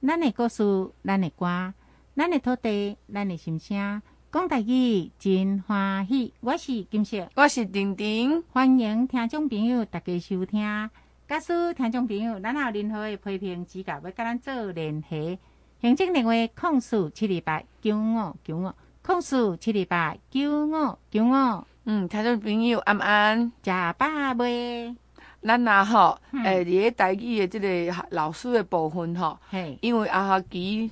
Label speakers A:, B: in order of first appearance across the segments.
A: 咱的故事，咱的歌，咱的土地，咱的心声，讲台语真欢喜。我是金色，
B: 我是婷婷，
A: 欢迎听众朋友大家收听。假使听众朋友，咱有任何的批评指教，要甲咱做联系，行政电话0487289595，0487289595。
B: 听众朋友安安，
A: 食饱未？
B: 咱伫咧台语的即个老师的部分因为下学期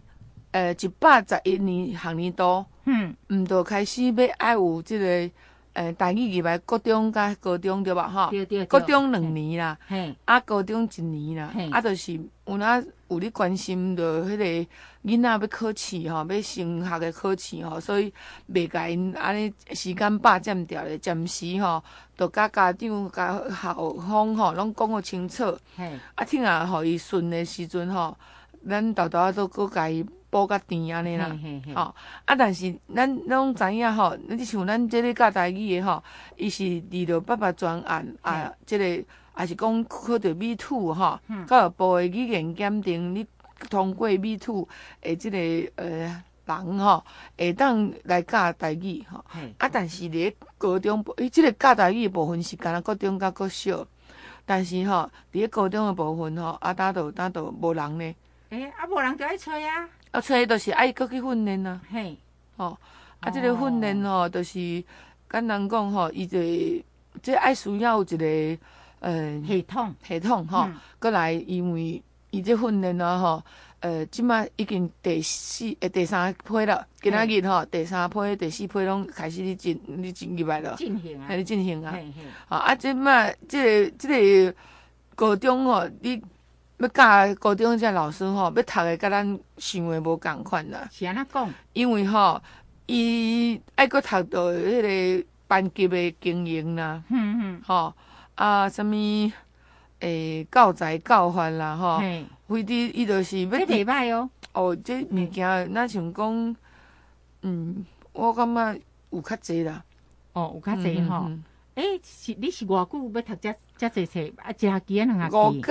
B: 111年学年度，就开始要爱有即个台语入来国中甲高中对吧？
A: 对。
B: 国中2年啦，高中1年啦，就是有咧关心着迄个囡仔要考试要升学的考试所以袂甲因安尼时间霸占掉咧，暂时就甲家长、甲校方拢讲个清楚。听互伊顺的时阵咱豆豆都搁甲伊补甲甜安尼啦。但是咱拢知影你像咱这个教台语的伊是离着爸爸专案即个也是讲考着美土教育部的语言检定，你通过美土的即个人会当来教台语但是咧高中伊即个教台语的部分是干那国中甲国小，但是伫咧高中的部分呾都无人呢。
A: 无人就爱吹啊！
B: 吹就是爱搁去训练啊。即个训练就是简单讲伊即爱需要有一个
A: 系统
B: 过来，因为伊这训练即摆已经第3批了，今仔日第3批、第4批拢开始你进入来了，
A: 进行
B: 啊！即摆即个高中你要教高中这老师要读的，甲咱想的无共款啦。
A: 是安怎讲？
B: 因为伊爱搁读到迄个班级的经营啦，什么教材教法啦，非得伊就是要。
A: 这袂歹哦。
B: 这物件咱想讲，我感觉有较济啦。
A: 有较济是你是偌久要读遮济册？一学期2学期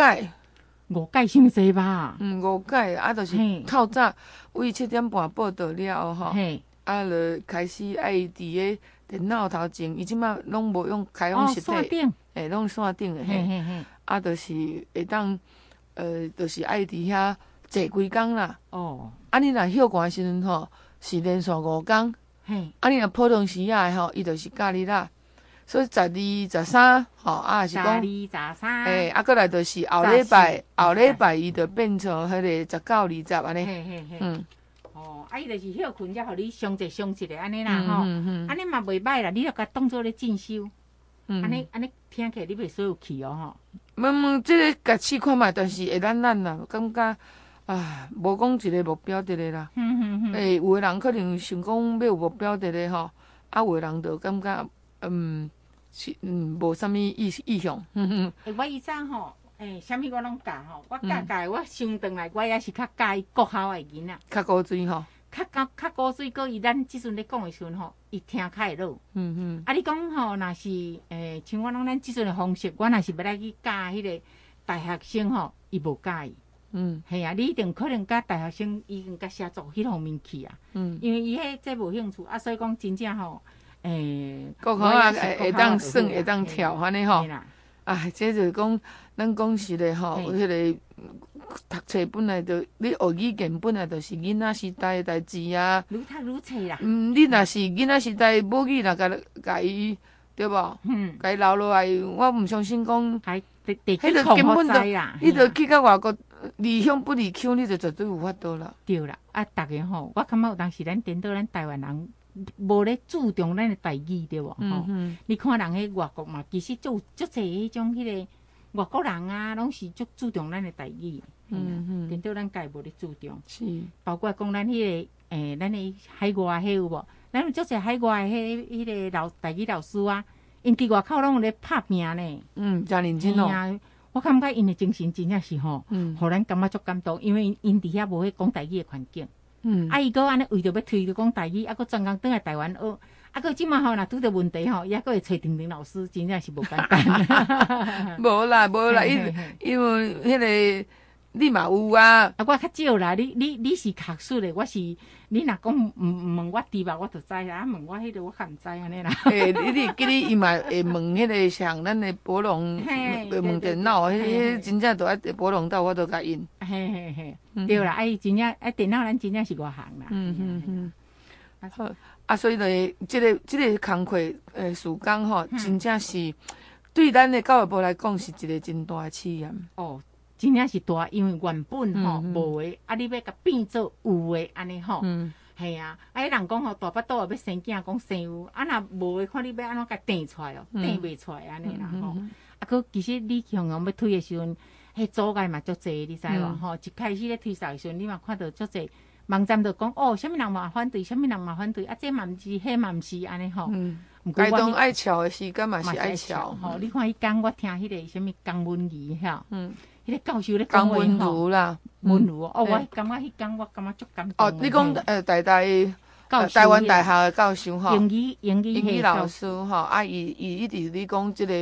A: ？5届伤济吧
B: ？5届就是透早为7点半报到了就开始爱伫个电脑头前，伊即摆拢无用开放实体，拢线顶的就是会当就是爱伫遐坐几工啦。你若休寒的时阵是连续5工，你若普通时啊伊就是假日啦。所以12、13是讲
A: 12、13，
B: 过来就是后礼拜伊就变成迄个19、20安尼。
A: 伊就是休困才互你上一个安尼啦安尼嘛袂歹啦，你著甲当做咧进修，安尼听起来你袂所有气
B: 即个甲试看觅，但是会懒啦，感觉无讲一个目标伫咧啦。有的人可能想讲要有目标伫咧有的人就感觉无啥物意向。
A: 我以前啥物我拢教我教我想转来，我也是较教国校的囡仔，
B: 较古锥
A: 较古锥，搁伊咱即阵咧讲的时阵伊听较会落。你讲若是像我咱即阵的方式，我若是要来去教迄个大学生伊无介意。系啊，你一定可能甲大学生已经甲写作迄方面去啊。因为伊这无兴趣所以讲真正
B: 国考会当算会当跳安尼这就是讲咱讲实的迄个读册本来就你学语言本来就是囡仔时代的代志啊。
A: 愈读愈册啦。
B: 你若是囡仔时代母语若甲伊对无？甲伊留落来，我毋相信讲。
A: 迄个根本就
B: 你著去到外国，离乡不离乡，你就绝对有法度啦。
A: 对啦，逐个我感觉有当时咱颠倒咱台湾人无咧注重咱的台语对无？你看人喺外国嘛，其实足侪迄种迄个外国人啊，拢是足注重咱的台语。颠倒咱家无咧注重。
B: 是。
A: 包括讲咱迄个咱的海外迄有无？咱有足侪海外迄个台语老师啊。因伫外口拢有咧拍拼呢，
B: 真认真哦。
A: 我感觉因的精神真正是互咱感觉足感动，因为因伫遐无迄讲台语的环境。伊搁安尼为着要推着讲台语，还搁专工转来台湾学，搁即马若拄着问题伊还搁会找婷婷老师，真正是无简单。
B: 无啦，因为迄个你嘛有啊？
A: 啊，我较少啦。你是学术的，我是你若讲问我题目，我就知啦。问我迄个，我较毋知安尼啦。
B: 你记得伊嘛会问迄个像咱的博龙，会问电脑，迄真正都爱博龙道，我都甲因。
A: 嘿，对啦，真正电脑咱真正是外行啦。
B: 好，所以咧，即个工课事工吼，真正是对咱的教育部来讲是一个真大的试验。
A: 哦。真正是大，因为原本吼无诶，你要甲变做有诶，安尼吼，系啊。人讲吼大巴肚要生囝，讲生有，若无诶，看你要安怎甲定出来哦，定袂出来安尼啦吼。佮其实你向要推诶时阵，迄阻碍嘛足济，你知无吼？一开始咧推销诶时阵，你嘛看到足济网站就讲哦，啥物人嘛反对，啥物人嘛反对，这嘛毋是，迄嘛毋是安尼吼。
B: 该当爱笑诶时间嘛是爱笑
A: 吼。你看迄讲我听迄个啥物江文仪吼。迄个教授咧
B: 讲文如啦，
A: 文如哦，我感觉迄讲我感觉足感动。
B: 哦，你讲台湾大学的教授吼，
A: 英语
B: 老师吼，伊一直咧讲即个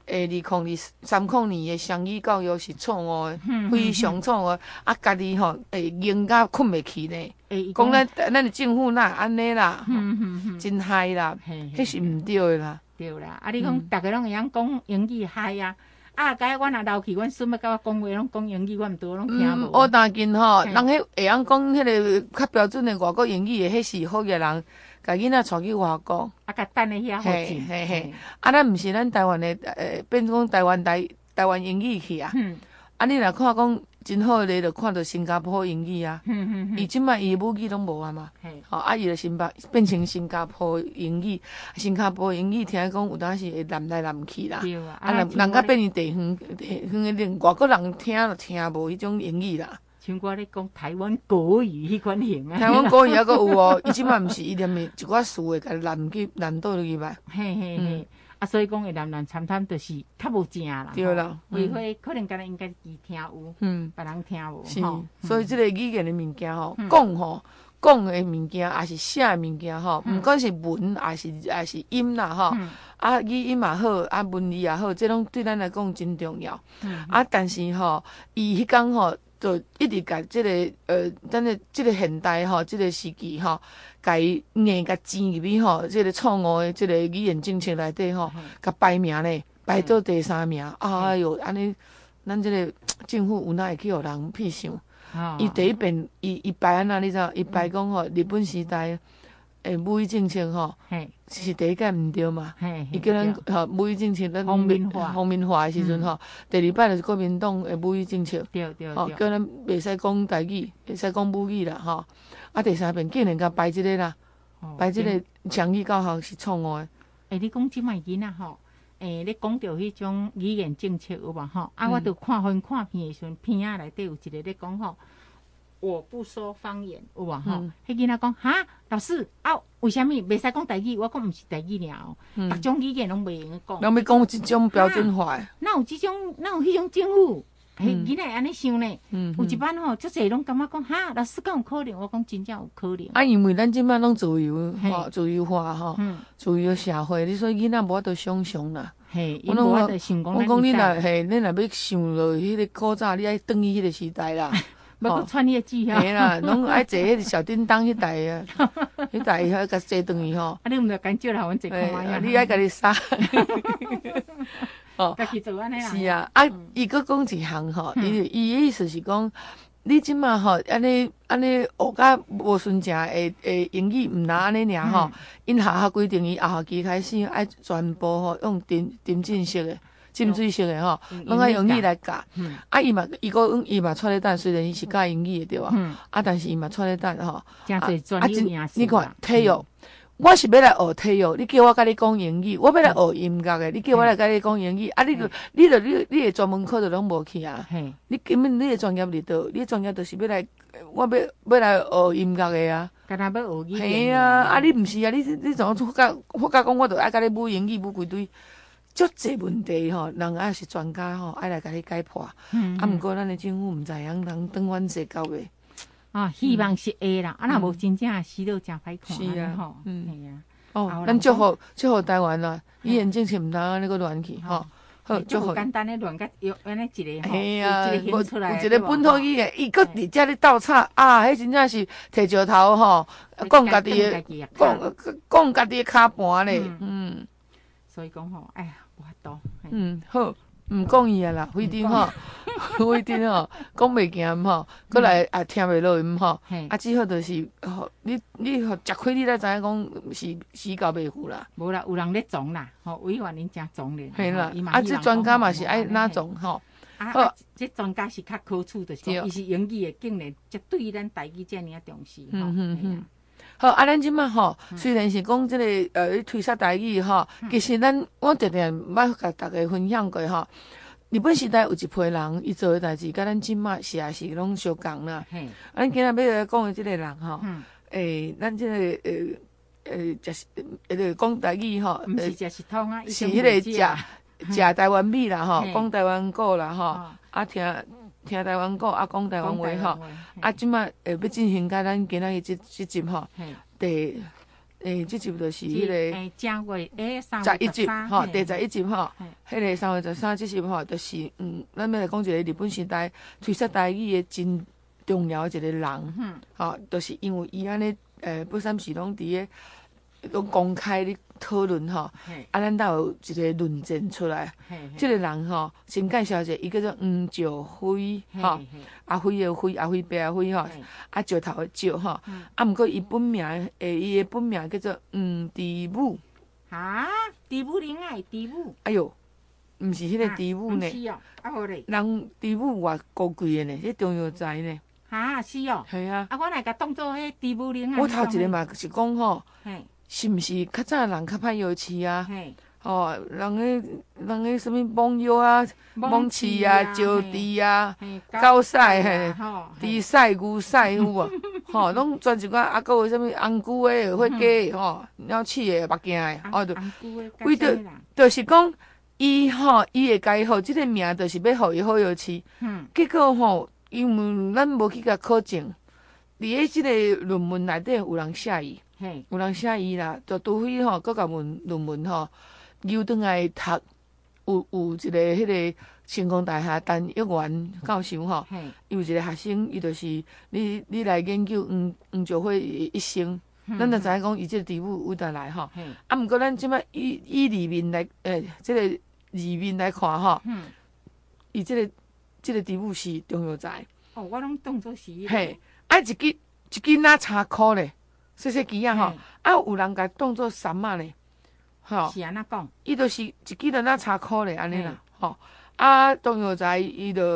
B: 2003年的双语教育是错误的，非常错误。家己吼研到困袂去呢。讲咱的政府哪安尼啦，真害啦，迄是毋对的啦。
A: 对啦，你讲大家拢会晓讲英语害啊。甲我若留去，阮孙要甲我讲话，拢讲英语，我毋拄拢听无。
B: 学当今吼，人迄会晓讲迄个较标准的外国英语的，迄是好嘅人，甲囡仔带去外国。
A: 甲等咧遐好进。
B: 嘿，咱毋是咱台湾的变讲台湾英语去啊。你若看讲真好咧，就看到新加坡英语啊。伊即摆伊母语拢无啊嘛。伊就变成新加坡英语。新加坡英语听讲有当时会南来南去啦。人甲变成地方的外国人听就听无迄种英语啦。
A: 像我咧讲台湾国语迄款型啊。
B: 台湾国语还阁有哦，伊即摆毋是伊连一寡词会甲南倒落去吧。
A: 嘿。所以讲会南参参，就是较无正啦。
B: 对啦，
A: 为会可能敢若应该伊听有，别人听无。
B: 是，所以即个语言的物件吼，讲的物件，也是写的物件吼，毋管是文，也是音啦吼。语音也好，文字也好，这拢对咱来讲真重要。但是吼，伊迄工吼，就一直甲即个咱的即个现代吼，即个时期吼，甲伊硬甲挤入去吼，即个错误的即个语言政策内底吼，甲排名咧，排到第3名。哎哟，安尼，咱即个政府有哪会去互人翕相？伊第一遍，伊排安那，你知道？伊排讲吼，日本时代母语政策吼，是第一届毋对嘛？伊叫咱母语政策，咱
A: 方面
B: 化的时阵吼，第2摆就是国民党的母语政策，
A: 对，
B: 叫咱袂使讲台语，会使讲母语啦吼。第3遍竟然甲排即个啦，排即个双语教学是错误的。
A: 你讲即摆囡仔吼，你讲到迄种语言政策有无吼？我著看片的时阵，片仔内底有一个咧讲吼。我不说方言，有无吼？迄囡仔讲哈，老师为虾米袂使讲台语？我讲毋是台语尔哦，逐种语言拢袂用讲。
B: 拢要讲即种标准化的。
A: 哪有迄种政府？囡仔会安尼想呢？有一班吼，足侪拢感觉讲哈，老师敢有可能？我讲真正有可能。
B: 因为咱即摆拢自由化吼，自由社会，你说囡仔无法度想象啦。
A: 我讲
B: 你若要想落迄个古早，你爱转去迄个时代啦。
A: 要穿迄个纸吼，
B: 嘿啦，拢爱坐迄个小叮当迄台啊，迄台遐甲坐转去吼。
A: 你毋着干借来阮坐看卖
B: 你爱家己杀。
A: 家己做安尼啦。
B: 是啊，伊佫讲一项吼，伊意思是讲，你即马吼安尼学甲无顺正的英语，毋拿安尼尔吼，因学校规定伊下学期开始爱全部吼用沉浸式的。浸水式的吼，拢爱用英语来教。伊嘛出咧等，虽然伊是教英语的对吧？但是伊嘛出咧等吼。
A: 真侪专业名词。
B: 你看体育，我是要来学体育，你叫我甲你讲英语；我要来学音乐的，你叫我来甲你讲英语。你的专门课就拢无去啊。你根本你的专业伫倒，你的专业就是要来，我要来学音乐的啊。
A: 干那要学语言。
B: 嘿啊，你毋是啊？你怎么发觉讲我著爱甲你母英语母规堆？足侪问题吼，人爱是专家吼，爱来甲你解破。毋过咱的政府毋知影，人等阮说到尾。
A: 希望是会啦，若无真正死到真歹看。
B: 是啊，
A: 吼，系啊。
B: 咱祝福台湾啦，语言政策毋通安尼个乱去吼。 好，
A: 就好简单的乱甲有安尼一个吼，
B: 嘿啊，
A: 有一个形出来，
B: 有一个本土语的，伊搁伫遮咧斗吵啊，迄真正是摕石头吼，讲家己的，讲家己的骹盘咧，
A: 所以讲吼，哎呀，无法度。
B: 好，毋讲伊啊啦，非常吼，非常吼，讲袂行吼，过来也听袂落音吼，啊，只好就是吼，你互食开，你才知影讲是死到袂赴啦。
A: 无啦，有人咧种啦，吼，委员恁真种咧。
B: 系啦，啊，这专家嘛是爱哪种吼？
A: 啊，这专家是较可取，就是讲伊是英语的，竟然绝对咱台语遮尔啊重视吼。
B: 好，啊，咱即摆吼，虽然是讲即个推销台语吼，其实我常常捌甲大家分享过吼。日本时代有一批人，伊做诶代志，甲咱即摆是也是拢相共啦。咱今仔要来讲诶即个人吼，咱即个食迄个讲台语吼，
A: 毋是食食通啊，
B: 是迄个食台湾米啦吼，讲台湾歌啦吼，啊听台湾歌，啊讲台湾话吼，啊即摆要进行甲咱今仔日即集吼，即集就是迄个
A: 正月
B: 11集吼，第11集吼，迄个3月13即集吼，就是咱要来讲一个日本时代推销台语的真重要一个人，吼，就是因为伊安尼不三时拢伫个拢公开咧讨论吼，啊，咱才有一个论证出来。即个人吼，先介绍一下，伊叫做黄石辉吼，阿辉的辉，阿辉伯的辉吼，啊石头的石吼，啊，毋过伊本名伊的本名叫做黄知武。
A: 哈，知武恋爱，知武。
B: 哎哟，毋是迄个知武呢？
A: 是哦，啊好咧。
B: 人知武偌高贵的呢，迄中药材呢。
A: 哈，是哦。
B: 系啊。
A: 啊，我来甲当做迄知武恋爱。
B: 我头一个嘛是讲吼。是毋是较早人较歹摇饲啊？哦，人个什物网药啊、网饲啊、招墘啊、狗屎嘿、猪屎、牛屎有无？吼，拢全一寡啊，搁有啥物红菇的、火鸡的吼、鸟鼠的、目镜的，哦，就为着就是讲伊吼，伊会家吼，即个名就是要互伊好摇饲。结果吼，因为咱无去甲考证，伫咧即个论文内底有人写伊。有人写伊啦，就除非吼，搁甲论文吼，又转来读，有一个迄个成功大学陈玉元教授吼，有一个学生，伊就是你来研究黄石辉一生，咱就知影讲伊即个题目有得来吼。啊，毋过咱即摆以里面来即个里面来看吼，伊即个题目是中药材。
A: 哦，我拢当作是。
B: 嘿，啊一支哪茶箍咧？细细枝啊吼，啊有人甲当做杉仔咧，吼，
A: 是安怎讲？
B: 伊就是一支就那茶箍咧安尼啦，吼，啊中药材伊就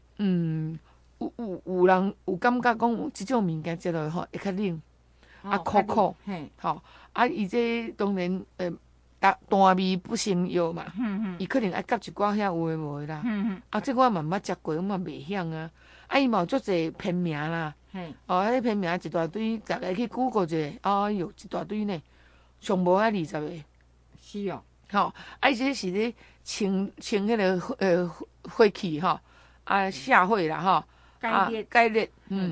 B: 有人有感觉讲有即种物件食落吼会较冷，啊苦，吼，啊伊这当然淡味不成药嘛，伊可能爱夹一寡遐有诶无诶啦，啊这我嘛毋捌食过，我嘛袂晓啊，啊伊嘛有足侪片名啦。哦，迄片名一大堆，逐个去 Google 者，哎哟，一大堆呢，上无啊20个。
A: 是哦。
B: 吼，啊，这是咧清迄个火气吼，啊下火啦吼，解热，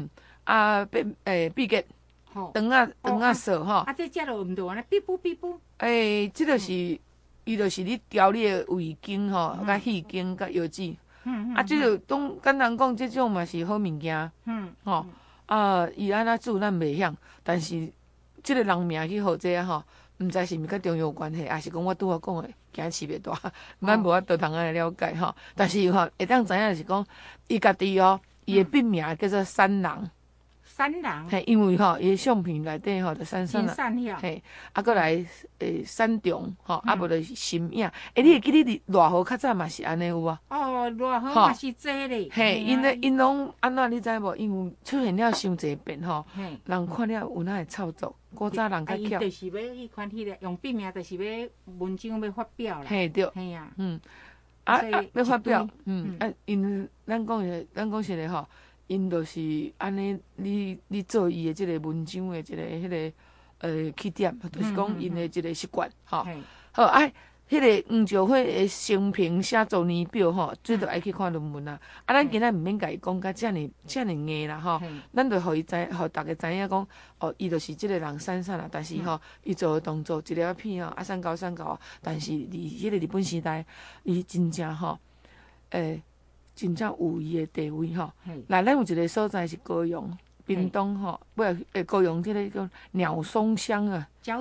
B: 闭结，肠啊涩吼。
A: 啊，这食落毋着安尼，闭不。
B: 即就是伊就是咧调你的胃经吼，甲气经甲腰子。啊，即就当简单讲，即种嘛是好物件。吼。啊，伊安怎煮咱袂晓，但是即个人名去号这吼，毋知是毋是甲中药有关系，还是讲我拄好讲诶，惊饲袂大，咱无法度通安尼了解吼。但是吼，会当知影就是讲，伊家己哦，伊诶笔名叫做山人。
A: 山人。
B: 嘿，因为吼，伊诶相片内底吼，就山人。嘿，啊，搁来山中吼，啊无就是心影。你会记你偌号较早嘛是安尼有无？
A: 哦，偌号嘛是这咧。
B: 嘿，因拢安怎你知无？因为出现了伤济遍吼，人看了有哪会操作？古早人较巧。
A: 伊就是要迄款迄个用笔名，就是要文章要发表啦。
B: 嘿，对。
A: 嘿啊。
B: 要发表。因咱讲实个吼。因就是安尼，你做伊的即个文章的一个迄个起点，就是讲因的一个习惯，吼。好， 迄个黄石火的生平写作年表吼，这都爱去看论文啊。咱今仔毋免甲伊讲甲遮尔硬啦吼，咱就互伊知，互大家知影讲，哦，伊就是即个人闪闪啦，但是吼，伊做的动作一粒片吼，闪高闪高，但是伫迄个日本时代，伊真正吼，真正有伊的地位吼。咱有一个所在是高雄。屏东吼，尾高雄即个叫鸟松乡啊，交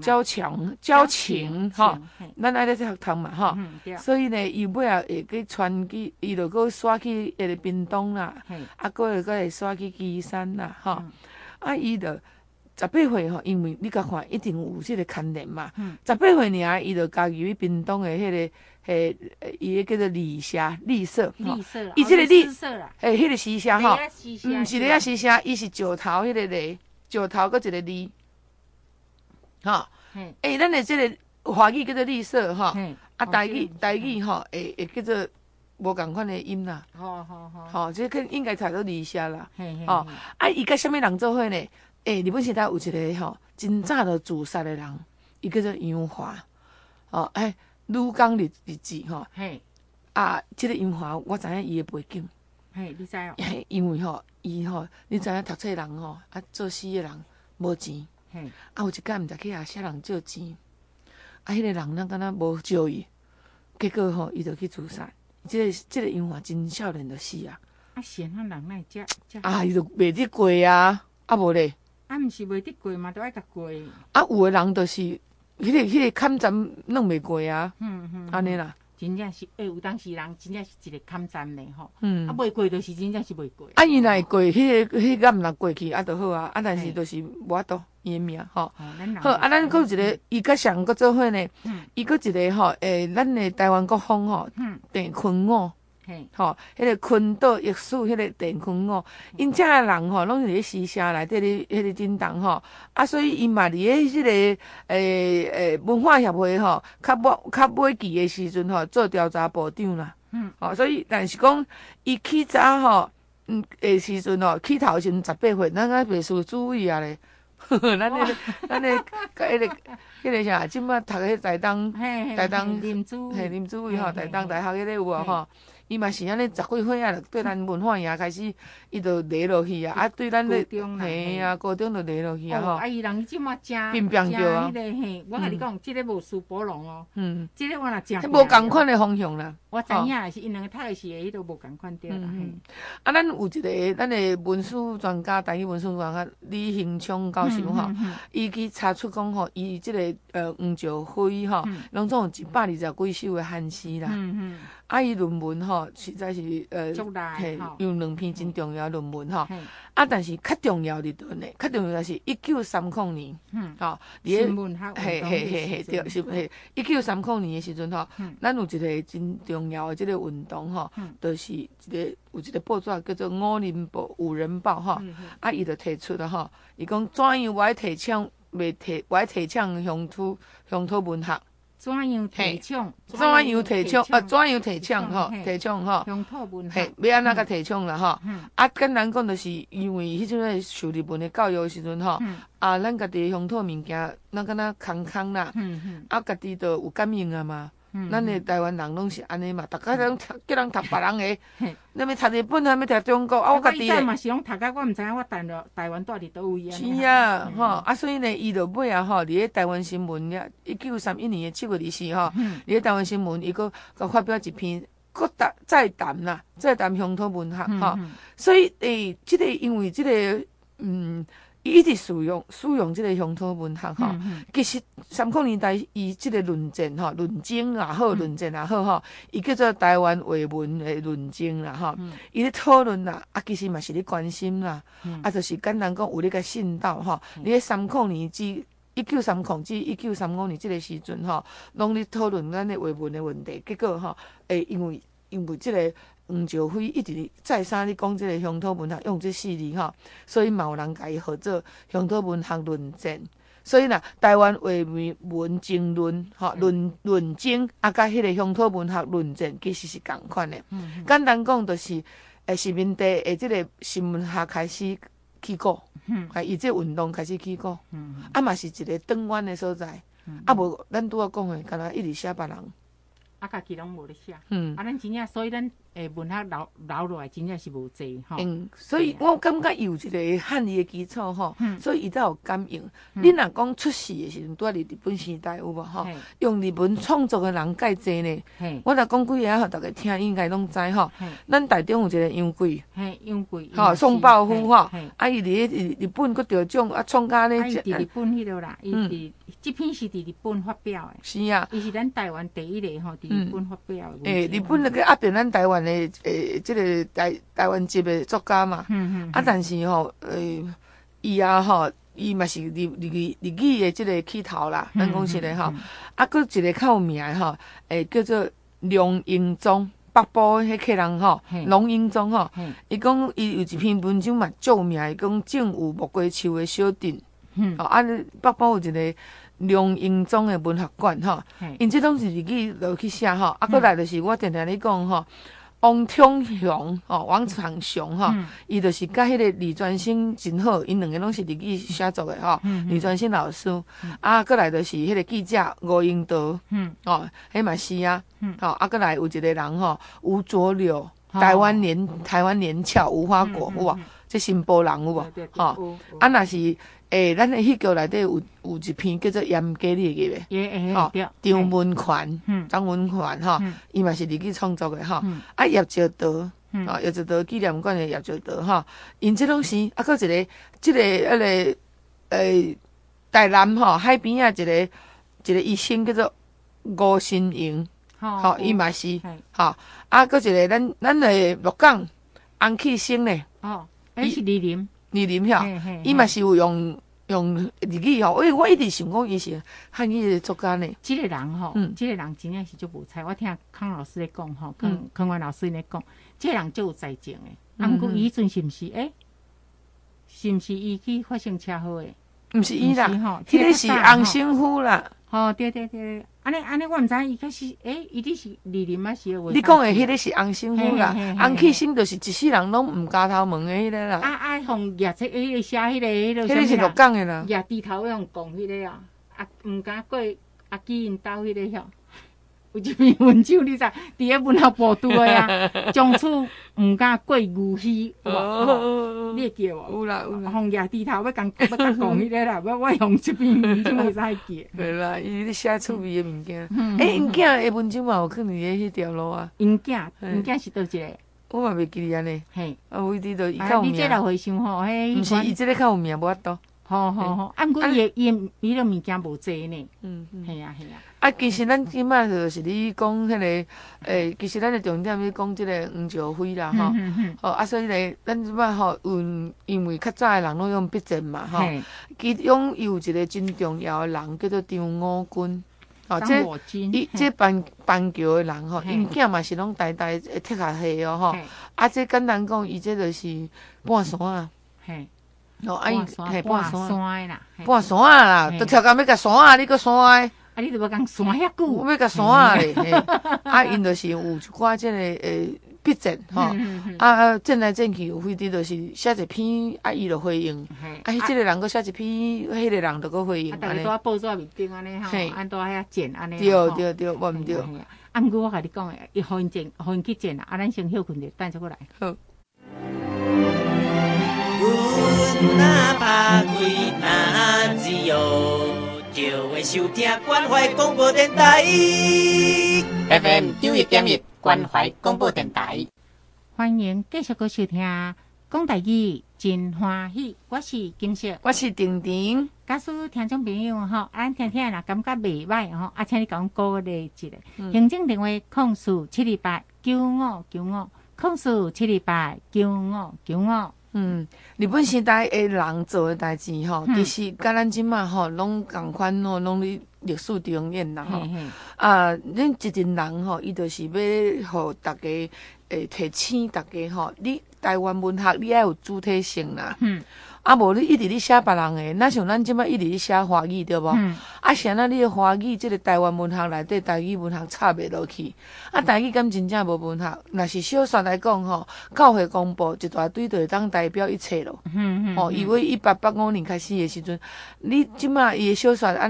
B: 情吼，咱爱咧学堂嘛吼，所以呢，伊尾会去传去，伊就搁刷去迄个屏东啦，啊，搁会刷去旗山啦，吼，啊，伊就18岁吼，因为你甲看一定有即个牵连嘛，18岁尔，伊就加入去屏东的迄个。伊个叫做丽社，伊即个丽，迄个诗社吼，毋是咧诗社，伊是石头迄个咧，石头搁一个字，吼，咱的即个华语叫做丽社吼，啊台语吼，会叫做无共款的音啦，吼，即个应该读做丽社啦，吼，啊，伊甲啥物人做伙呢？日本时代有一个吼，真早就自杀的人，伊叫做杨华，哦，女工日志吼，啊，即个杨华我知影伊的背景，
A: 你知哦？
B: 因为吼，伊吼，你知影读册人吼，啊，做诗的人无钱，啊，有一间毋知去遐写人借钱，啊，迄个人咱敢若无借伊，结果吼，伊就去自杀。即个杨华真少年就死啊！
A: 啊，闲啊人来遮，
B: 啊，伊就袂得过啊，啊无咧，
A: 啊，毋是袂得过嘛，都爱甲过。
B: 啊，有的人就是。迄个坎站弄袂过啊，安尼啦，
A: 真正是，有当时人真正是一个坎站嘞吼，啊袂过就是真正是袂过。
B: 啊，伊若会过，迄个若过去啊，就好啊，啊，但是就是无法度伊的命吼。好，啊，咱佫有一个，伊甲谁佫做伙呢？伊佫一个吼，咱的台湾国风吼，郑坤武。吼，迄个昆岛艺术，迄个郑坤武，因遮个人吼，拢是伫咧诗社内底咧，迄个振动吼，啊，所以伊嘛伫咧迄个文化协会吼，较尾期的时阵吼，做调查部长啦。吼，所以但是讲伊起早吼，时阵吼，起头时阵18岁，咱还袂输注意啊咧。咱迄个啥，即摆读迄台东
A: 林主
B: 委吼，台东大学迄个有无吼？伊嘛是安尼10几岁啊，对咱文化也开始，伊就落落去啊，啊对咱的嘿啊，高中就落落去啊吼。
A: 啊，伊人即马真
B: 变变着啊。
A: 迄个嘿，我甲你讲，即个无输波浪哦。即个我若真。
B: 无共款的方向啦。
A: 我知影是因两个读的是迄都无共款对啦。
B: 啊，咱有一个咱的文史专家，台语文史专家李兴昌教授吼，伊去查出讲吼，伊即个黄石辉吼，拢总有120几首的汉诗啦。啊，伊论文吼，实在是嘿，有2篇真重要论文吼。啊，但是较重要的呢，较重要是1930年，吼，
A: 新闻学
B: 对，是嘿，1930年的时阵吼，咱有一个真重要的即个运动吼，就是有一个报纸叫做《五人报》吼，啊，伊就提出了吼，伊讲怎样我爱提倡乡土文学。
A: 怎样提倡？
B: 怎样提倡吼？提倡吼？
A: 乡土文
B: 学，要安怎甲提倡啦吼？啊，简单讲就是因为迄阵咧受日本的教育的时阵吼，啊，咱家己乡土物件，咱敢若空啦，啊，家己都有感应啊嘛。咱的台湾人拢是安尼嘛，逐家拢叫人读别人的，咱要读日本，咱要读中国，啊，我家己
A: 的嘛是拢读甲我毋知影我台湾住伫倒位啊。
B: 是啊，吼，啊，所以呢，伊就尾啊吼，伫咧台湾新闻了，1931年的7月24号，伫咧台湾新闻，伊佫发表一篇，佫再谈乡土文学吼，所以即个因为即个伊一直使用即个乡土文学吼，其实30年代伊即个论证吼，论证也好，论证也好吼，伊叫做台湾话文的论证啦吼，伊咧讨论啦，啊其实嘛是咧关心啦，啊就是简单讲有咧甲信道吼，你咧30年至1930至1935年即个时阵吼，拢咧讨论咱的话文的问题，结果吼，因为即个。黄石辉一直再三咧讲即个乡土文学用这4字吼，所以嘛有人甲伊号做乡土文学论证。所以呐，台湾话文争论吼论证啊，甲迄个乡土文学论证其实是共款的。简单讲就是殖民地的即个新文学开始起股，伊即运动开始起股，啊嘛是一个转弯的所在。 啊无咱拄仔讲的，敢若一直写别人，
A: 家己拢无咧写。咱真正，所以咱文学留落来真正是无济吼。
B: 所以我感觉有一个汉语的基础吼，所以伊才有感应。你若讲出世的时阵，拄在日本时代有无吼？用日文创作的人介济呢？我若讲几个互大家听，应该拢知吼。咱台中有一个杨贵，
A: 杨贵，
B: 吼宋抱夫吼，啊伊伫日本佫得奖，啊创甲咧。
A: 伊伫日本迄落啦，伊伫这篇是伫日本发表的。
B: 是啊。
A: 伊是咱台湾第一个吼，伫日本发表的。
B: 日本那个压着咱台湾的即个台湾籍的作家嘛。但是吼伊啊吼，伊嘛是日语的即个起头啦。咱讲实个吼，佫一个较有名的吼，叫做梁英宗。北部迄客人吼，龙英宗吼，伊讲伊有一篇文章嘛，著名，伊讲正有木瓜树的小镇。北部有一个梁英宗的文学馆吼，因这拢是日语落去写吼，佫来就是我定定咧讲吼，王昌雄吼，王长雄吼，伊就是甲迄个李专兴真好，因两个拢是日语写作的吼，李专兴老师，佫来就是迄个记者吴英德，迄嘛是啊，佫来有一个人吼，吴浊流，台湾连翘无花果，有无？这新波人有无？吼，若是。咱的迄个内底有一篇叫做《严家丽》的吼，张文权、张文权吼，伊嘛是日语创作的吼。叶绍德，叶绍德纪念馆的叶绍德吼，因这拢是佫一个，即个台南吼海边一个医生叫做吴新营，吼，伊嘛是吼，佫一个咱的鹿港洪启生呢，
A: 伊是李林
B: 遐，伊嘛是有用日语吼，我一直想讲伊是汉语的作家呢。
A: 这个人吼，这个人真正是足无才。我听康老师咧讲吼，康元老师咧讲，这个人足有才情的。毋过伊阵是毋是？是毋是伊去发生车祸的？
B: 毋是伊啦，迄个是洪生夫啦。
A: 对，安尼我毋知伊开始，伊啲是李林啊是。
B: 你讲的迄个是洪生夫啦，洪启生就是一世人拢毋加头毛的迄个啦。
A: 互叶册迄个写迄个，
B: 迄个是鹿港的啦。
A: 叶低头用讲迄个啊，毋敢过阿基因兜迄个遐。有一篇文章，你知？伫咧文学部拄的啊，从此毋敢过牛墟，你会记无？
B: 有啦。
A: 红叶低头要讲迄个啦，我用这篇文章会使记。
B: 对啦，伊咧写趣味的物件。因囝的文章嘛有可能咧迄条路啊。
A: 因囝是倒一个？
B: 我嘛袂记安尼。
A: 嘿，
B: 为伫就伊较有名。
A: 你这落回想吼，
B: 毋是伊这个较有名，无法度。
A: 好，毋过伊迄个物件无济呢。系啊。
B: 其实咱即摆就是你讲迄个，其实咱的重点是讲即个黄兆辉啦，吼。所以咧，咱即摆吼因为较早的人拢用笔战嘛，吼。其中有一个真重要的人叫做张我军，这板桥的人吼，因囝嘛是拢代铁下系哦，吼。这简单讲，伊这就是半山啊。
A: 半山啦，
B: 半山啦，都超工要甲山啊，你个山的。
A: 你都要讲山遐久，
B: 我要甲山啊咧，因就是有一寡即个笔战吼，战来战去，有非得就是写一篇，伊就回应，迄个人佫写一篇，迄个人就佫回应，
A: 安尼。大家报纸面顶安尼吼，按倒遐战安尼。
B: 对，我毋对。
A: 毋过我甲你讲诶，伊互因战，互因去战啦，咱先休困者，等下过来。好。
C: 阮若拍开若自由，就会收听关怀广播电台 FM 91.1关怀广播电台。
A: 欢迎继续收听讲台语真欢喜，我是金色，
B: 我是婷婷。
A: 假使听众朋友吼，咱听听啦，感觉袂歹吼，请你讲鼓励一下。行政电话04-728-9595，04-728-9595。
B: 日本时代的人做的代志吼，其实甲咱即马吼拢共款吼，拢咧历史重演啦吼。恁一群人吼，伊就是要互大家提醒大家吼，你台湾文学你要有主体性啦。无你一直咧写别人的，哪像咱即摆一直咧写华语对无？啥那你的华语即个台湾文学内底台语文学插袂落去，台语敢真正无文学。若是小说来讲吼，教会公布一大堆就会当代表一切咯。伊为1885年开始的时阵，你即摆伊的小说安尼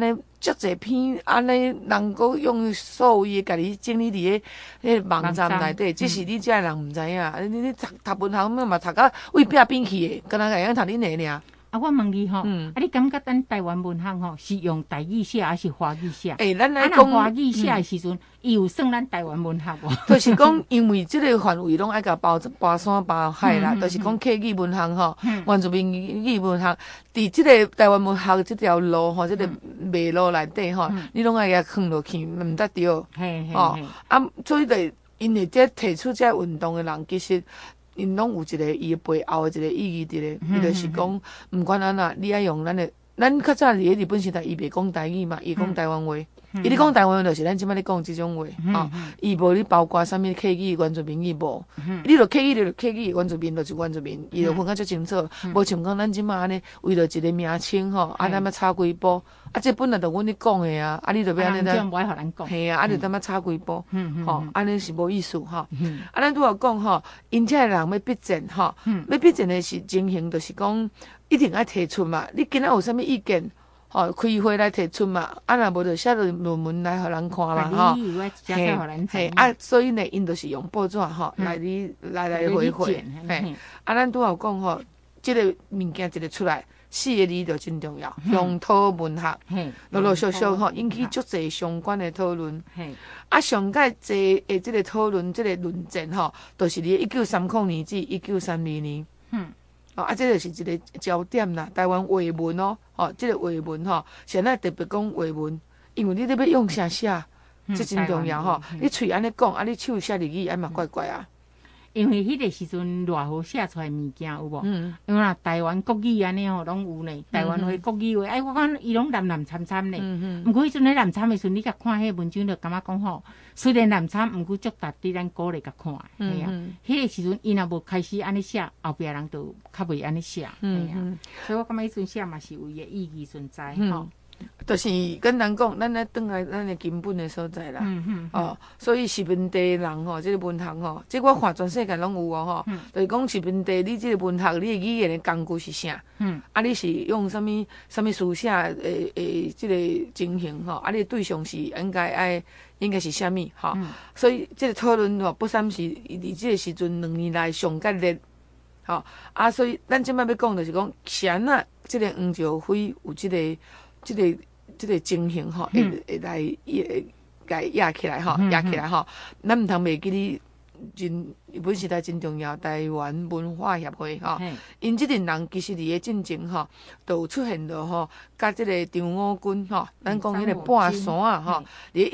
B: 足侪篇安尼，人搁用所有家己整理伫迄网站内底，只是你遮人毋知影。你读文学嘛读到胃壁变去的，敢若会晓读恁的尔。
A: 啊，我问你吼，你感觉咱台湾文学吼是用台语写还是华语写？
B: 咱来讲
A: 华语写的时阵，伊有算咱台湾文学无？
B: 就是讲，因为即个范围拢爱甲包山包海啦，就是讲客语文学吼，原住民语文学，伫即个台湾文学即条路吼，即个脉络内底吼，你拢爱甲放落去，毋得着。
A: 吼，
B: 所以就因为这提出这运动的人，其实。因拢有一个伊背后的一个意义伫咧，伊就是讲，毋管安怎，你爱用咱较早伫咧日本时代，伊袂讲台语嘛，伊讲台湾话。伊咧讲台湾话，就是咱即摆咧讲即种话，吼，伊无咧包括啥物客语、原住民语无。你著客语就客语，原住民就是原住民，伊著分较足清楚。无像讲咱即摆安尼，为了一个名称吼，咱要插几步，这本来就阮咧讲的啊，你著要安尼
A: 咱无爱互咱讲。
B: 嘿啊，就要插几步，吼，安尼是无意思吼。咱拄有讲吼，因遮人要逼战吼，要逼战的是情形，就是讲一定爱提出嘛。你今仔有啥物意见？哦，开会来提出嘛，若无就写落论文来互人看嘛，吼。嘿，所以呢，因就是用报纸吼来回，嘿。咱拄有讲吼，即个物件一个出来，4个字就真重要，乡土文学，陆陆续续吼引起足侪相关的讨论。上届济的即个讨论，即个论战吼，就是伫1930年至1932年。这就是一个焦点啦。台湾话文哦，这个话文吼，现在特别讲话文，因为你咧要用啥写，这真重要吼。你喙安尼讲，你手写日语，嘛怪怪啊。
A: 因为迄个时阵偌好写出来物件有无？因为啦，台湾国语安尼吼，拢有呢。台湾话、国语话，我讲伊拢南参参呢。毋过迄阵咧南参的时阵，你甲看迄个文章，就感觉讲吼，虽然南参，毋过足值得咱鼓励甲看。嘿啊，迄个时阵伊若无开始安尼写，后壁人就较袂安尼写。嘿啊，所以我感觉迄阵写嘛是有伊的意义存在吼。
B: 就是跟人讲，咱来转来咱的根本的所在啦。所以是问题人吼，这个文学吼，这我看全世界拢有吼。就是讲是问题，你这个文学，你的语言的工具是啥？你是用什么书写这个情形吼？你对象是应该是啥物吼？所以这个讨论吼，不三是伫这个时阵2年来上热烈。所以咱即摆要讲就是讲，谁啊？这个黄兆辉有这个情形吼，会来压起来吼，咱毋通袂记你日本时代真重要，台湾文化协会吼，因即阵人其实伫个进前吼，都有出现了吼，甲即个张五军吼，咱讲迄个半山啊吼，伫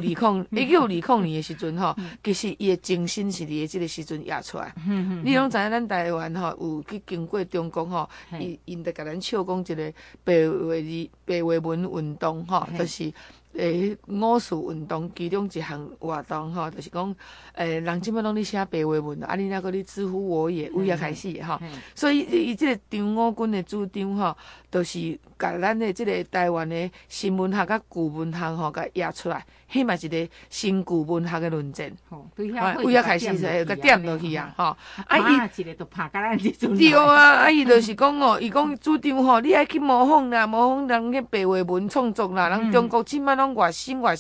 B: 1920年的时阵吼，其实伊的精神是伫个即个时阵压出来。你拢知影咱台湾吼有去经过中国吼，因得甲咱笑讲一个白话文运动吼，就是五四运动其中一项活动吼，就是讲人即摆拢咧写白话文，你那个咧知乎我也为遐开始吼，所以伊即个张五军的主张吼，就是甲咱的即个台湾的新文学甲旧文学吼，甲压出来，迄嘛一个新旧文学的论战，为遐开始就甲点落去啊，吼。
A: 一个都拍甲咱即阵。
B: 对啊，伊就是讲哦，伊讲主张吼，你爱去模仿啦，模仿人迄白话文创作啦，人中国即摆拢外新，
A: 拢外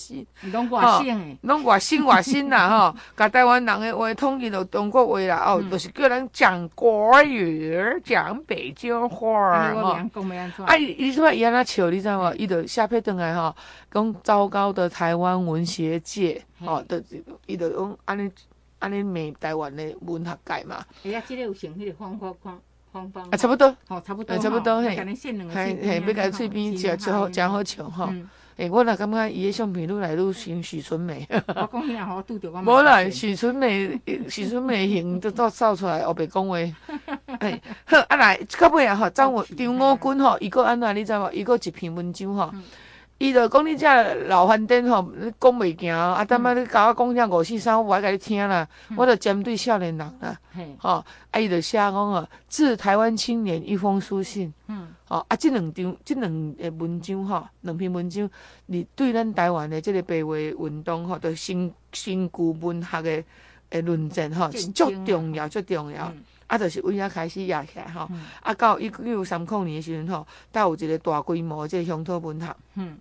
B: 省啦吼，甲台湾人的话统一到中国话啦，就是叫人讲国语，讲北京话吼。伊说伊安那笑，你知无？伊就下批转来吼，讲糟糕的台湾文学界，伊就讲安尼骂台湾的文学界嘛。
A: 即个有成迄个方
B: 差不多，
A: 差不多
B: 嘿，要甲喙边真好笑吼。我若感觉伊的相片愈来愈像许纯美。
A: 我讲遐吼，拄着我。
B: 无啦，许纯美型都走出来，黑白讲话。好，来到尾啊吼，张五军吼，伊个安怎你知无？伊个一篇文章吼。伊就讲你这老饭店吼，讲袂行，等下你甲我讲遐543，我无爱甲你听啦，我就针对少年人啦，吼，伊就写讲哦，致台湾青年一封书信，这两个文章吼，2篇文章，你对咱台湾的这个白话运动吼，就新旧文学的论战吼，是足重要，就是为遐开始压起来吼，到1930年的时阵吼，才有一个大规模的这个乡土文学。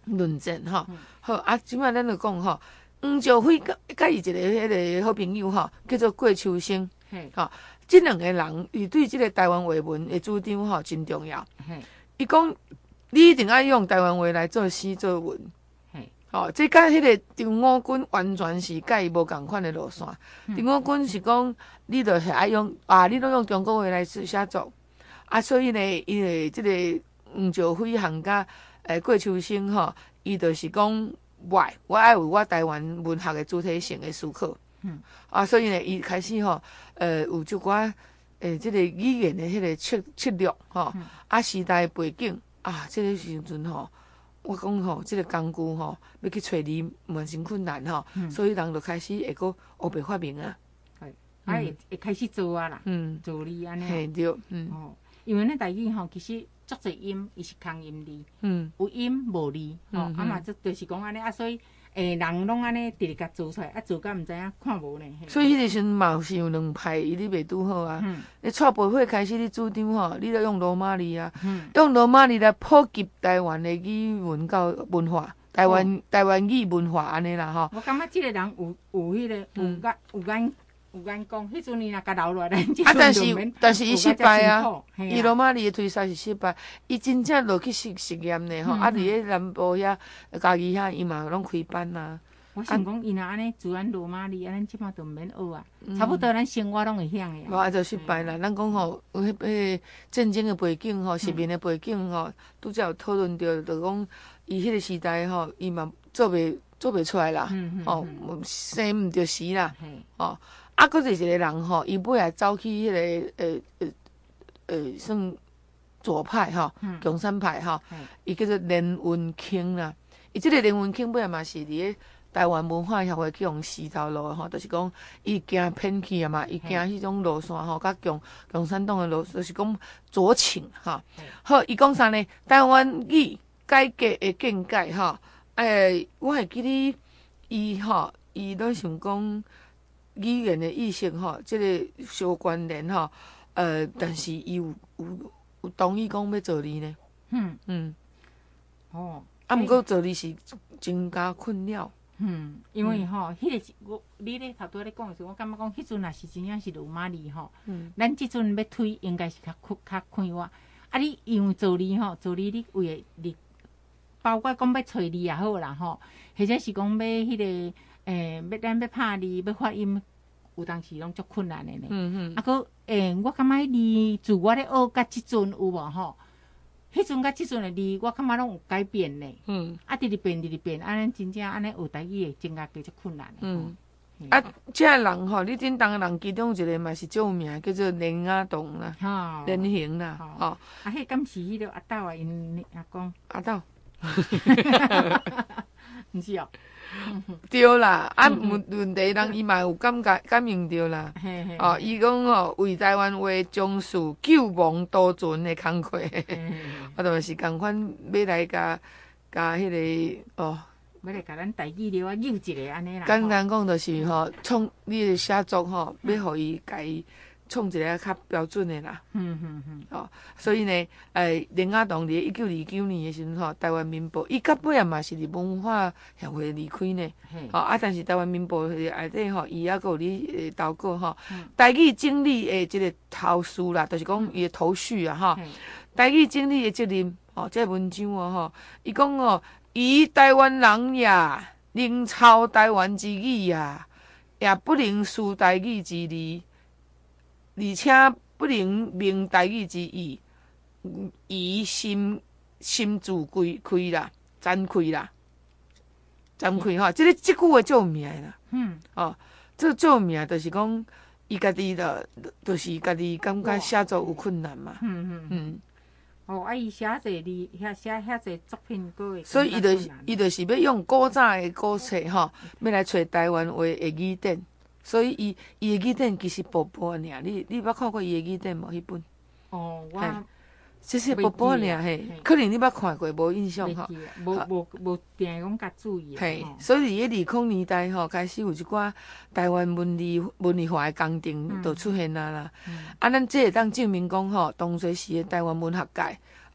B: 论战吼。好啊，即摆咱就讲吼，黄石辉甲伊一个迄个好朋友吼，叫做郭秋生。吼，即两个人伊对即个台湾话文的主张吼真重要。伊讲你一定要用台湾话来做诗做文。哦，这甲迄个张五军完全是甲伊无共款的路线。张五军是讲，你就是爱用你都用中国话来写作，所以呢，伊的即个黄石辉和甲郭秋生吼，伊就是讲我爱有我台湾文学的主体性的思考。所以呢，伊开始吼，有即寡即个语言的迄个策略吼，时代背景即个时阵吼。我讲吼，即个工具吼，要去找你蛮真困难吼，所以人就开始会个学白发明啊，
A: 会开始做啦，做哩安尼。
B: 嘿对，
A: 因为咱台语吼，其实足侪音伊是空音字，有音无字，嘛这就是讲安尼所以人拢安尼直直甲做出来，做甲毋知影看无呢。
B: 所以迄个时阵嘛是有两派，你袂拄好啊。你蔡培慧开始你主张吼，你著用罗马字啊，用罗马字来普及台湾的语文教文化，台湾语文化安尼啦吼。
A: 我感觉即个人有迄个有眼光，迄阵伊若甲留落来，
B: 但是伊失败啊，伊罗马字的推销是失败，伊真正落去实验呢吼，伫咧南部遐家己遐伊嘛拢开班啊。
A: 我想讲，伊若安尼自然罗马字，咱即马就毋免学啊，差不多咱生活拢会晓的。
B: 无就失败啦。咱讲吼，有迄战争的背景吼，实面的背景吼，拄则有讨论到，就讲伊迄个时代吼，伊嘛做袂出来啦，生毋着时啦，佫是一个人吼，伊尾来走去迄个算左派吼，共产派吼，伊叫做连文卿啦。伊即个连文卿尾来嘛是伫咧台湾文化协会去用死头路吼，就是讲伊行偏去啊嘛，伊行迄种路线吼，甲共产党的路，就是讲左倾吼。好，伊讲啥呢？台湾语改革的见解吼，我会记哩，伊都想讲。语言的意识吼，即个小关联吼，但是伊有同意讲要做字呢。毋过做字是真加困扰。
A: 因为吼，迄个你咧头拄咧讲的时候，我感觉讲，迄阵若是真正是罗马字吼，咱即阵要推应该是较快活。你因为做字吼，做字你为你包括讲要找字也好啦吼，或者是讲要迄个。咱要拍字，要发音，有当时拢足困难的呢。我感觉字自我咧学甲即阵有无吼？迄阵甲即阵的字，我感觉拢有改变呢。直直变，咱真正安尼学台语的真正叫足困难的。
B: 这人吼，你顶当人其中一个嘛是最有名，叫做连雅堂啦，连行啦，
A: 迄敢是迄个阿斗啊，因阿公。
B: 阿斗。
A: 毋是哦。
B: 对啦，问题人伊嘛有感应着啦。伊讲吼，为台湾话将士救亡多存的工课，我就是共款要来甲迄个
A: 要来甲咱台语了啊，扭一个安尼啦。
B: 简单讲就是吼，创你的写作吼，要互伊家己创一个较标准的啦。所以呢，连雅堂伫1929年的时阵吼，台湾民报，伊到尾也嘛是伫文化协会离开呢。但是台湾民报内底吼，伊还佫有咧投稿吼，台语整理的即个头绪啦，就是讲伊的头绪啊吼，台语整理的责任这文章吼，伊讲伊台湾人呀，能操台湾之语呀，也不能输台语之字。而且不能明台语之意，伊心自开啦，展开啦，吼，即句话最有名啦。这最有名就是讲，伊家己就是家己感觉写作有困难嘛。
A: 伊写侪字，写遐侪作品，
B: 所以伊就是要用古早的古册吼，要来找台湾话的语典。所以伊的语典其实薄薄尔，你捌看过伊的语典无？迄本？
A: 我
B: 只是薄薄尔嘿，可能你捌看过，无印象吼。
A: 无定讲甲注意。
B: 嘿，所以伫咧2000年代吼，开始有一寡台湾文理化的工程就出现啦。咱这会当证明讲吼，当初时的台湾文学界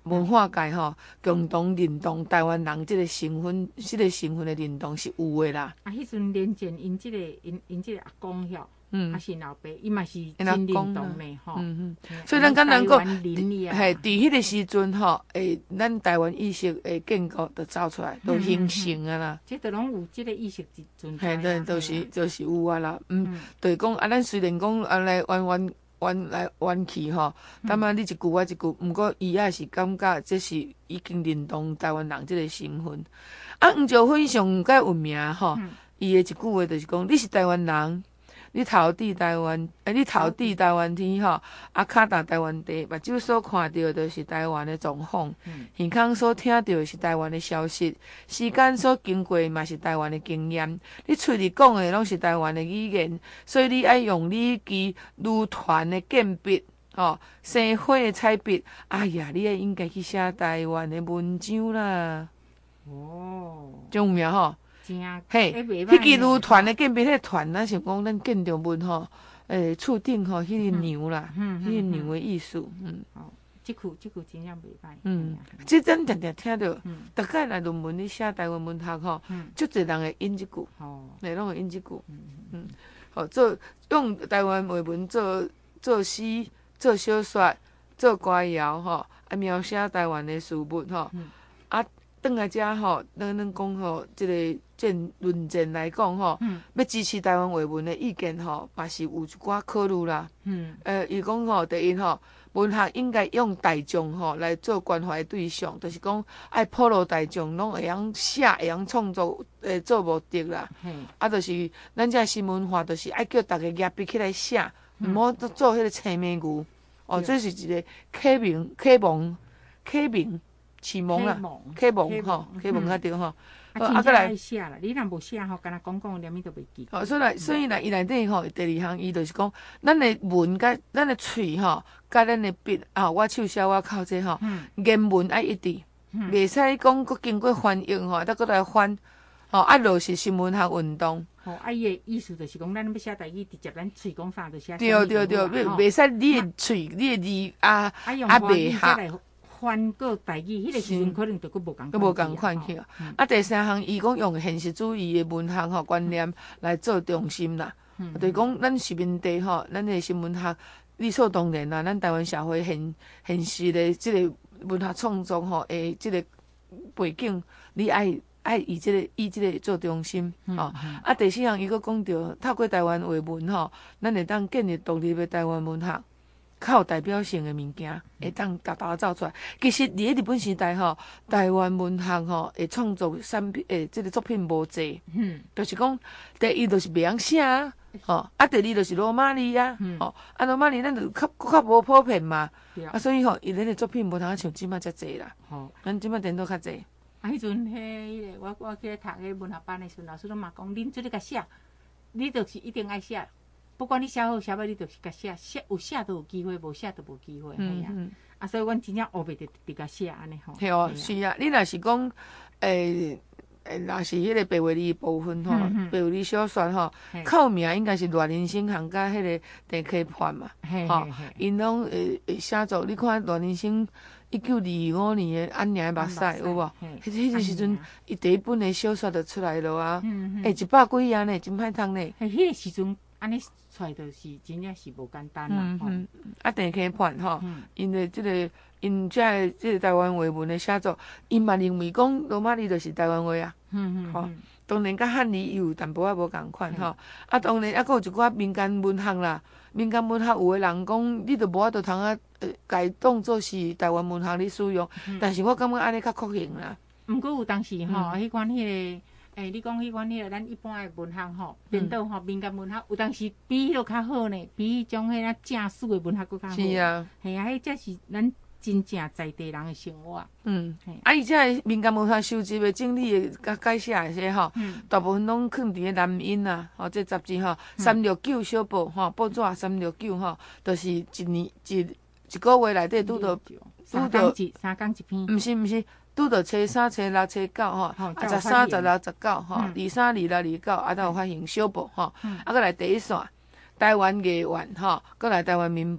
B: 文化界吼共同认同台湾人即个身份的认同是有的啦。
A: 啊，迄阵连前因即个阿公遐。啊是老爸，伊嘛是真认同的吼。
B: 所以咱敢人讲，伫迄个时阵吼，咱台湾意识的建构就走出来，都形成啊啦。
A: 即都拢有即个意识存在。
B: 对，就是有啊啦。就是讲啊，咱虽然讲啊来弯去吼，但啊你一句我一句，毋过伊也是感觉这是已经认同台湾人即个身份。啊，黄石粉上较有名吼，伊的一句话就是讲，你是台湾人。你头顶台湾，你头顶台湾天吼，啊，脚踏台湾地，目睭所看到就是台湾的状况，耳孔所听到是台湾的消息，时间所经过嘛是台湾的经验，你嘴里讲的拢是台湾的语言，所以你爱用你支女团的剑笔，吼，生火的彩笔，哎呀，你也应该去写台湾的文章啦。哦，真有名吼。嘿，迄支女团的建笔，迄个团，咱是讲咱建筑文吼，厝顶吼，迄个牛啦，迄个牛的意思，
A: 哦，即句真正袂歹。
B: 即咱常常听到，大概来论文咧写台湾文学吼，足侪人会引即句，拢会引即句，好做用台湾话文做诗、做小说、做歌谣吼，啊描写台湾的事物吼，啊。转来遮吼，咱讲吼，即个论战来讲吼，要支持台湾话文的意见吼，嘛是有一寡考虑啦。伊讲吼，第一吼，文学应该用大众吼来做关怀对象，就是讲爱普罗大众拢会晓写，会晓创作，做目的啦。啊，就是咱遮新文化，就是爱叫大家业笔起来写，毋好做迄个青面牛。哦，这是一个启蒙。启蒙啦，启蒙吼，启蒙较对吼。
A: 啊，再来写啦，你若无写吼，干那讲连咪都袂记。
B: 所以伊内底吼，第二项伊就是讲，咱的文甲咱的喙吼，甲咱的笔啊，我手写我口这吼，原文爱一致，袂使讲佫经过翻译吼，再佫来翻，吼啊，就是新文学运动。
A: 啊，伊的意思就是讲，咱要写台语，直接咱喙讲啥就写。
B: 对，袂使你的喙，你的字啊袂合。
A: 翻过台语，迄个时阵可能就佫
B: 无共款去啊。第三项，伊讲用现实主义的文学吼观念来做中心啦，就是讲咱是面对吼，咱的新文学理所当然啦。咱台湾社会现实的即个文学创作吼，即个背景，你爱以即个做中心吼。啊，第四项伊佫讲到，透过台湾话文吼，咱会当建立独立的台湾文学。较有代表性的物件，会当打造出来。其实伫日本时代吼，台湾文学吼会创作产品，即个作品无济。就是讲，第一就是袂晓写啊，吼，啊，第二就是罗马尼啊，吼，啊，罗马尼咱就较无普遍嘛，啊，所以吼，伊咱的作品无通像即摆遮济啦。咱即摆颠倒较济。
A: 啊，迄阵迄个我去读迄文学班的时阵，老师拢嘛讲，恁做咧甲写，你就是一定爱写。不管你写好写歹，你就是甲写，有写都有机会，无写都无机会，系啊。啊，所以阮真正学袂得甲写安尼吼。
B: 系哦，是啊。你若是讲，若是迄个白话字部分吼，白话字小说吼，较有名应该是《乱人生行》甲迄个陈启焕嘛，吼，因拢会写作。你看《乱人生》1925年的《安娘的目屎》有无？迄个时阵，伊第一本的小说就出来了啊，100几页呢，真歹读呢。
A: 迄个时阵。安尼出来就是真正是无简单啦。
B: 啊，陈启焕吼，因的即个因即个台湾话文的写作，因嘛认为讲罗马尼就是台湾话啊。吼，当然甲汉语有淡薄仔无共款吼。啊，当然还佫有一寡民间文学啦，民间文学有的人讲，你著无法度通啊，家当作是台湾文学咧使用。但是我感觉安尼较可行啦。
A: 毋过有当时吼，迄款迄个。你讲迄款迄个咱一般的文学吼，颠倒吼民间文学，有当时比迄个较好呢，比迄种迄个正史的文学佫较好。
B: 是啊，
A: 系啊，迄才是咱真正在地人的生活。
B: 而且民间文学收集的整理的甲解写的些吼，大部分拢囥伫个南音啊，吼，这杂志吼，369小报吼，报纸369吼，就是一年一个月内底拄到
A: 3工一篇。
B: 毋是。拄到初3、初6、初9吼，13、16、19吼，23、26、29，啊，才有发行小报吼，啊，搁来第一线台湾艺苑吼，搁来台湾民报，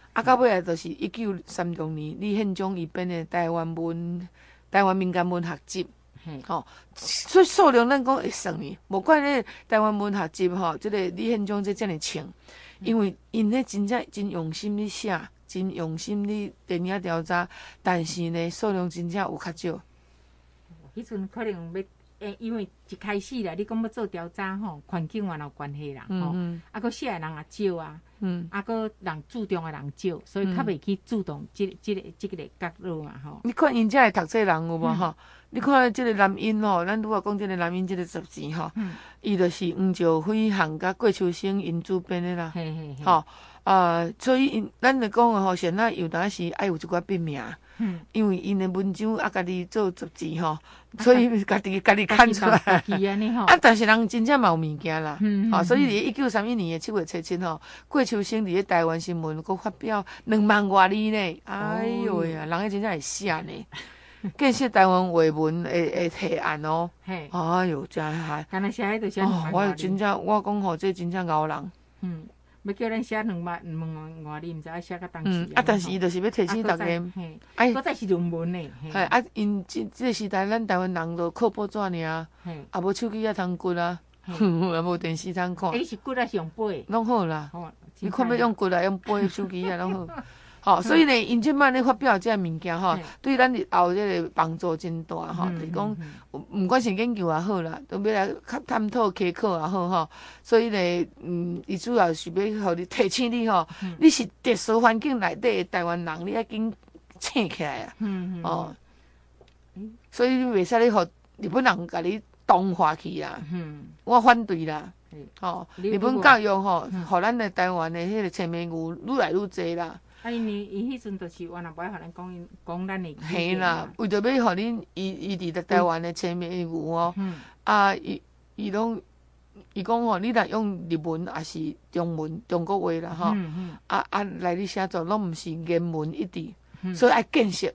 B: 啊，到尾来就是1936年李宪章伊编的台湾民间文学集。吼，所以数量咱讲会算呢，无怪咧台湾文学集吼，即个李宪章这么强，因为因咧真正真用心咧写，真用心咧田野调查，但是呢数量真正有较少。
A: 迄阵可能要因为一开始啦，你讲要做调查吼，环境也有关系啦，吼，啊，搁写的人也少啊，啊，搁人注重的人少，所以较袂去主动这个角落嘛，吼。
B: 你看因遮会读册人有无吼？你看即个蓝印吼，咱拄仔讲即个蓝印即个杂志吼，伊就是黄兆辉和甲郭秋生因主编的啦，吼，所以咱来讲吼，现在有当时爱有一寡笔名，因为因的文章啊，家己做杂志吼，所以家己看出来，啊，但是人真正嘛有物件啦，所以1931年的7月17号，郭秋生伫咧台湾新闻佫发表2万多字呢，哎哟呀，人个真正会写呢。建设台湾话文的提案哦，哎哟，真嗨！
A: 敢若写迄著写
B: 我真正，我讲吼，这真正牛人。
A: 要叫咱写2万外字，毋知影写到当时。
B: 但是伊就是要提醒大家，
A: 搁再是论文呢。
B: 因这个时代，咱台湾人都靠报纸尔，也无手机通骨啊，也无电视通看。
A: 是骨啊是用背？
B: 拢好啦，你看要用骨啊，用背手机啊，拢好。吼，所以呢，因即摆咧发表这物件吼，对咱日后这个帮助真大吼。就是讲，毋管是研究也好啦，都要来探讨科考也好吼。所以呢，伊主要是要互你提醒你吼，你是特殊环境内底的台湾人，你要紧醒起来啊。哦，所以你袂使咧互日本人甲你同化去啊。我反对啦。吼，日本教育吼，互咱的台湾的迄个青面牛愈来愈侪啦。
A: 因为伊迄阵就是原来无爱互咱讲咱的。
B: 嘿啦，为着要互恁伊伫台湾的青面牛哦，伊讲吼，你若用日文也是中国话啦吼，来你写作拢毋是原文一致，所以爱建设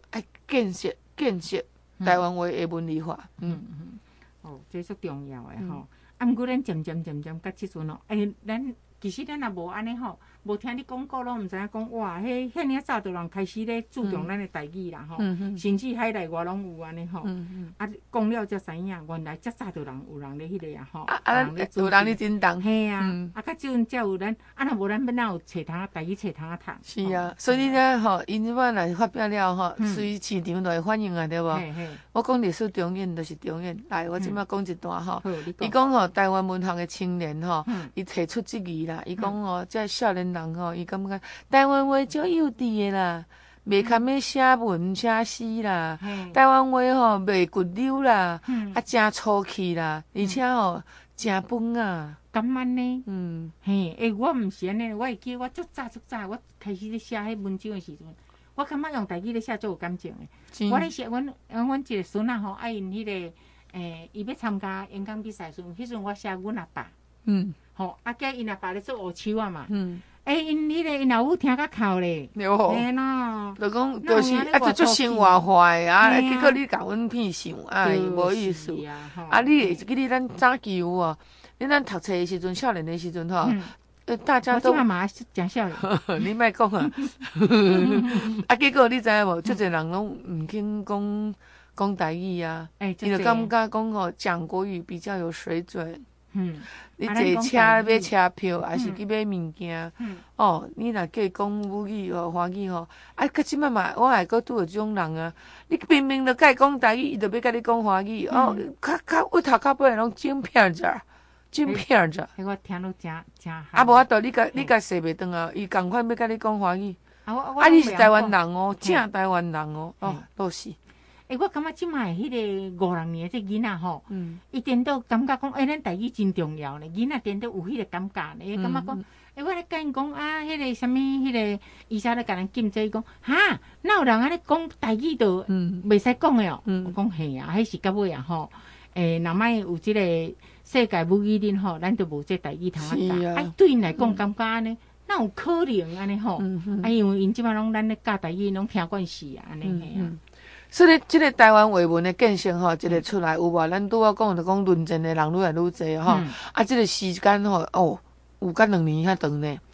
B: 台湾话的文理化。
A: 哦，这足重要的吼。啊，毋过咱渐渐到即阵哦，咱其实咱也无安尼吼。无听你讲过咯，毋知影讲哇，遐尔早就人开始咧注重咱的台语啦吼，甚至海内外拢有安尼吼。啊，讲了才知影，原来遮早就有人咧迄个啊吼。
B: 有人咧真动。
A: 嘿啊，较即阵才有咱，若无咱要哪有册通台语册通读？
B: 是啊，所以咧吼，因即摆来发表了吼，随市场就会反应啊，对无？我讲历史重演就是重演，来，我即摆讲一段吼。伊讲吼，台湾文学的青年吼，伊提出质疑啦，伊讲吼，这少年人吼，伊感觉台湾话足幼稚的啦，袂堪要写文写诗啦，台湾话吼袂骨溜啦，真粗气啦，而且吼真笨啊，
A: 敢安尼？我毋是安尼，我会记我足早，我开始咧写迄文章的时阵，我感觉用台语咧写足有感情的。我咧写阮一个孙仔吼，因迄个伊要参加演讲比赛时阵，迄阵我写阮阿爸。吼，加因阿爸咧做学手啊嘛。因迄个因老母听较哭咧。嘿喏。就讲
B: 就是就足生活化的啊，结果你甲阮骗想，哎，无意思。你会记得咱早期有哦，咱读册的时阵，少年的时阵吼，大家都。
A: 我即嘛真少年。
B: 你莫讲啊。结果你知影无？足侪人拢毋肯讲台语啊，伊就感觉讲吼讲国语比较有水准。你坐车买车票，还是去买物件？你若计讲母语哦，华语吼，到即摆嘛，我还阁拄着即种人啊。你明明着甲伊讲台语，伊着要甲你讲华语，较由头到尾拢整片者。
A: 我听到真
B: 无法度，你甲说袂转啊，伊共款要甲你讲华语。你是台湾人哦，正台湾人哦，都是。
A: 我感觉即摆迄个5、6年的这囡仔吼，伊颠倒感觉讲，咱台语真重要呢。囡仔颠倒有迄个感觉呢，伊感觉讲，我咧甲因讲啊，迄个啥物，迄个医生咧甲人禁止，伊讲哈，哪有人安尼讲台语都袂使讲的哦。我讲嘿啊，迄是到尾啊吼，若莫有即个世界母语恁吼，咱就无这台语通教。对因来讲，感觉安尼，哪有可能安尼吼？因为因即摆拢咱咧教台语，拢听惯势啊，安尼嘿啊。
B: 所以，即个台湾话文的建设吼，一个出来有无？咱拄仔讲就讲论证的人愈来愈侪吼。即个时间吼，有甲2年遐长呢。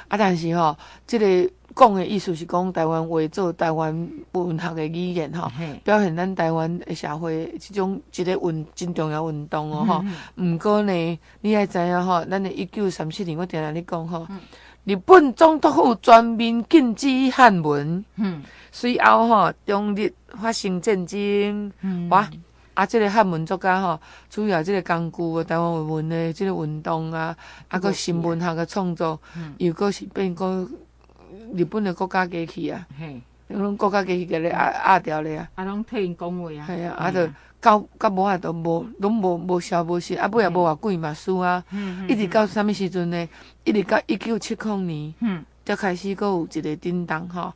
B: 但是吼，即个讲的意思是讲台湾话做台湾文学的语言吼，表现咱台湾的社会即种一个真重要运动哦吼。毋过呢，你爱知影吼，咱的1937年，我定定咧讲吼，日本总督府全面禁止汉文。随后吼，中日发生战争，哇！即个汉文作家吼，主要即个工具台湾文的即个运动啊，佮新文学的创作，又佮是变过日本的国家机器啊，拢国家机器个咧压掉咧啊，
A: 拢替因讲话啊，
B: 系啊，就到无啊，都拢无消无息，尾也无偌贵嘛输啊，一直到啥物时阵呢？一直到1970年，才开始佮有一个震动吼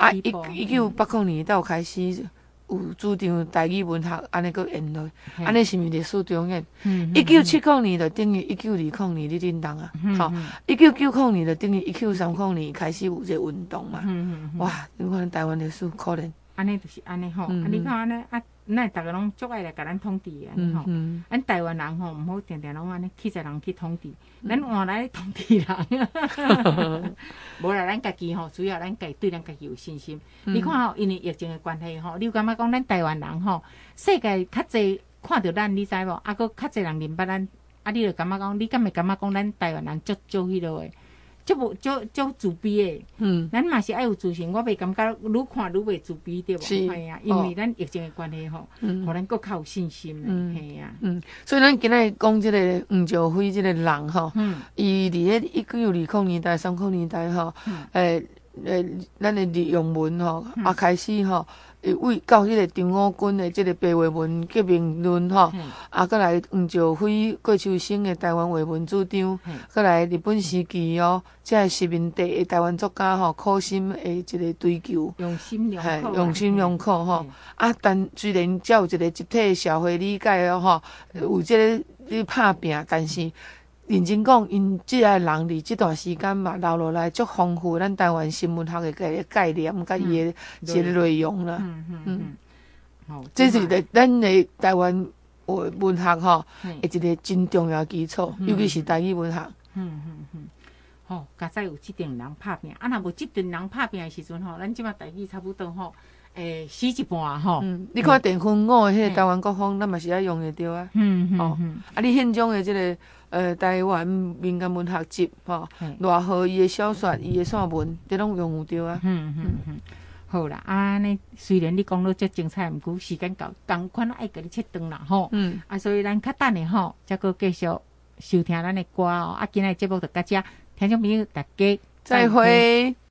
B: ，1980年才有开始。有主张台语文学，安尼佮演落，安尼是毋是历史重演？1970年就等于1920年的震动啊，吼，1990年就等于1930年开始有这个运动嘛。哇，你看台湾历史可怜。
A: 安尼就是安尼吼，你看安尼咱逐个拢足爱来甲咱统治安尼吼。咱台湾人吼，毋好定定拢安尼去人去统治，咱换来统治人。无啦，咱家己吼，主要咱家对咱家己有信心。你看吼，因为疫情的关系吼，你有感觉讲咱台湾人吼，世界较济看到咱，你知无？啊，佮较济人认捌咱，啊，你就感觉讲，你敢会感觉讲咱台湾人足迄落的？足自卑的，咱嘛是爱有自信，我袂感觉愈看愈袂自卑，对无？系啊，因为咱疫情的关系吼，互咱更较有信心咧，系啊。
B: 所以咱今仔讲即个黄兆辉即个人吼，伊伫迄1920年代、30年代吼，咱的日用文吼，开始吼。为到迄个张五军的即个白话文革命论吼，过来黄兆辉、郭秋生的台湾话文主张，过来日本时期哦，即个殖民地的台湾作家吼，苦心的一个追求，
A: 用心良苦
B: 吼。但虽然才有一个集体社会理解哦吼，有即个咧拍拼，但是。认真讲，因即个人伫即段时间嘛，留落来足丰富咱台湾新闻学的个概念，甲伊的一个内容啦。这是咱的台湾文学吼，的一个真重要基础，尤其是台语文学。
A: 好，加在有即阵人拍拼，若无即阵人拍拼的时阵吼，咱即马台语差不多吼，死一半吼。
B: 你看电风五的迄个台湾国风，咱嘛是爱用得着啊。你现种的即个。台湾民间文学集吼，偌好伊的小说、伊的散文，这拢用有着啊。
A: 好啦，安尼虽然你讲到遮精彩，毋过时间到，同款爱甲你切断啦吼。所以咱较等的吼，再搁继续收听咱的歌哦。今日节目就到遮，听众朋友大家
B: 再会。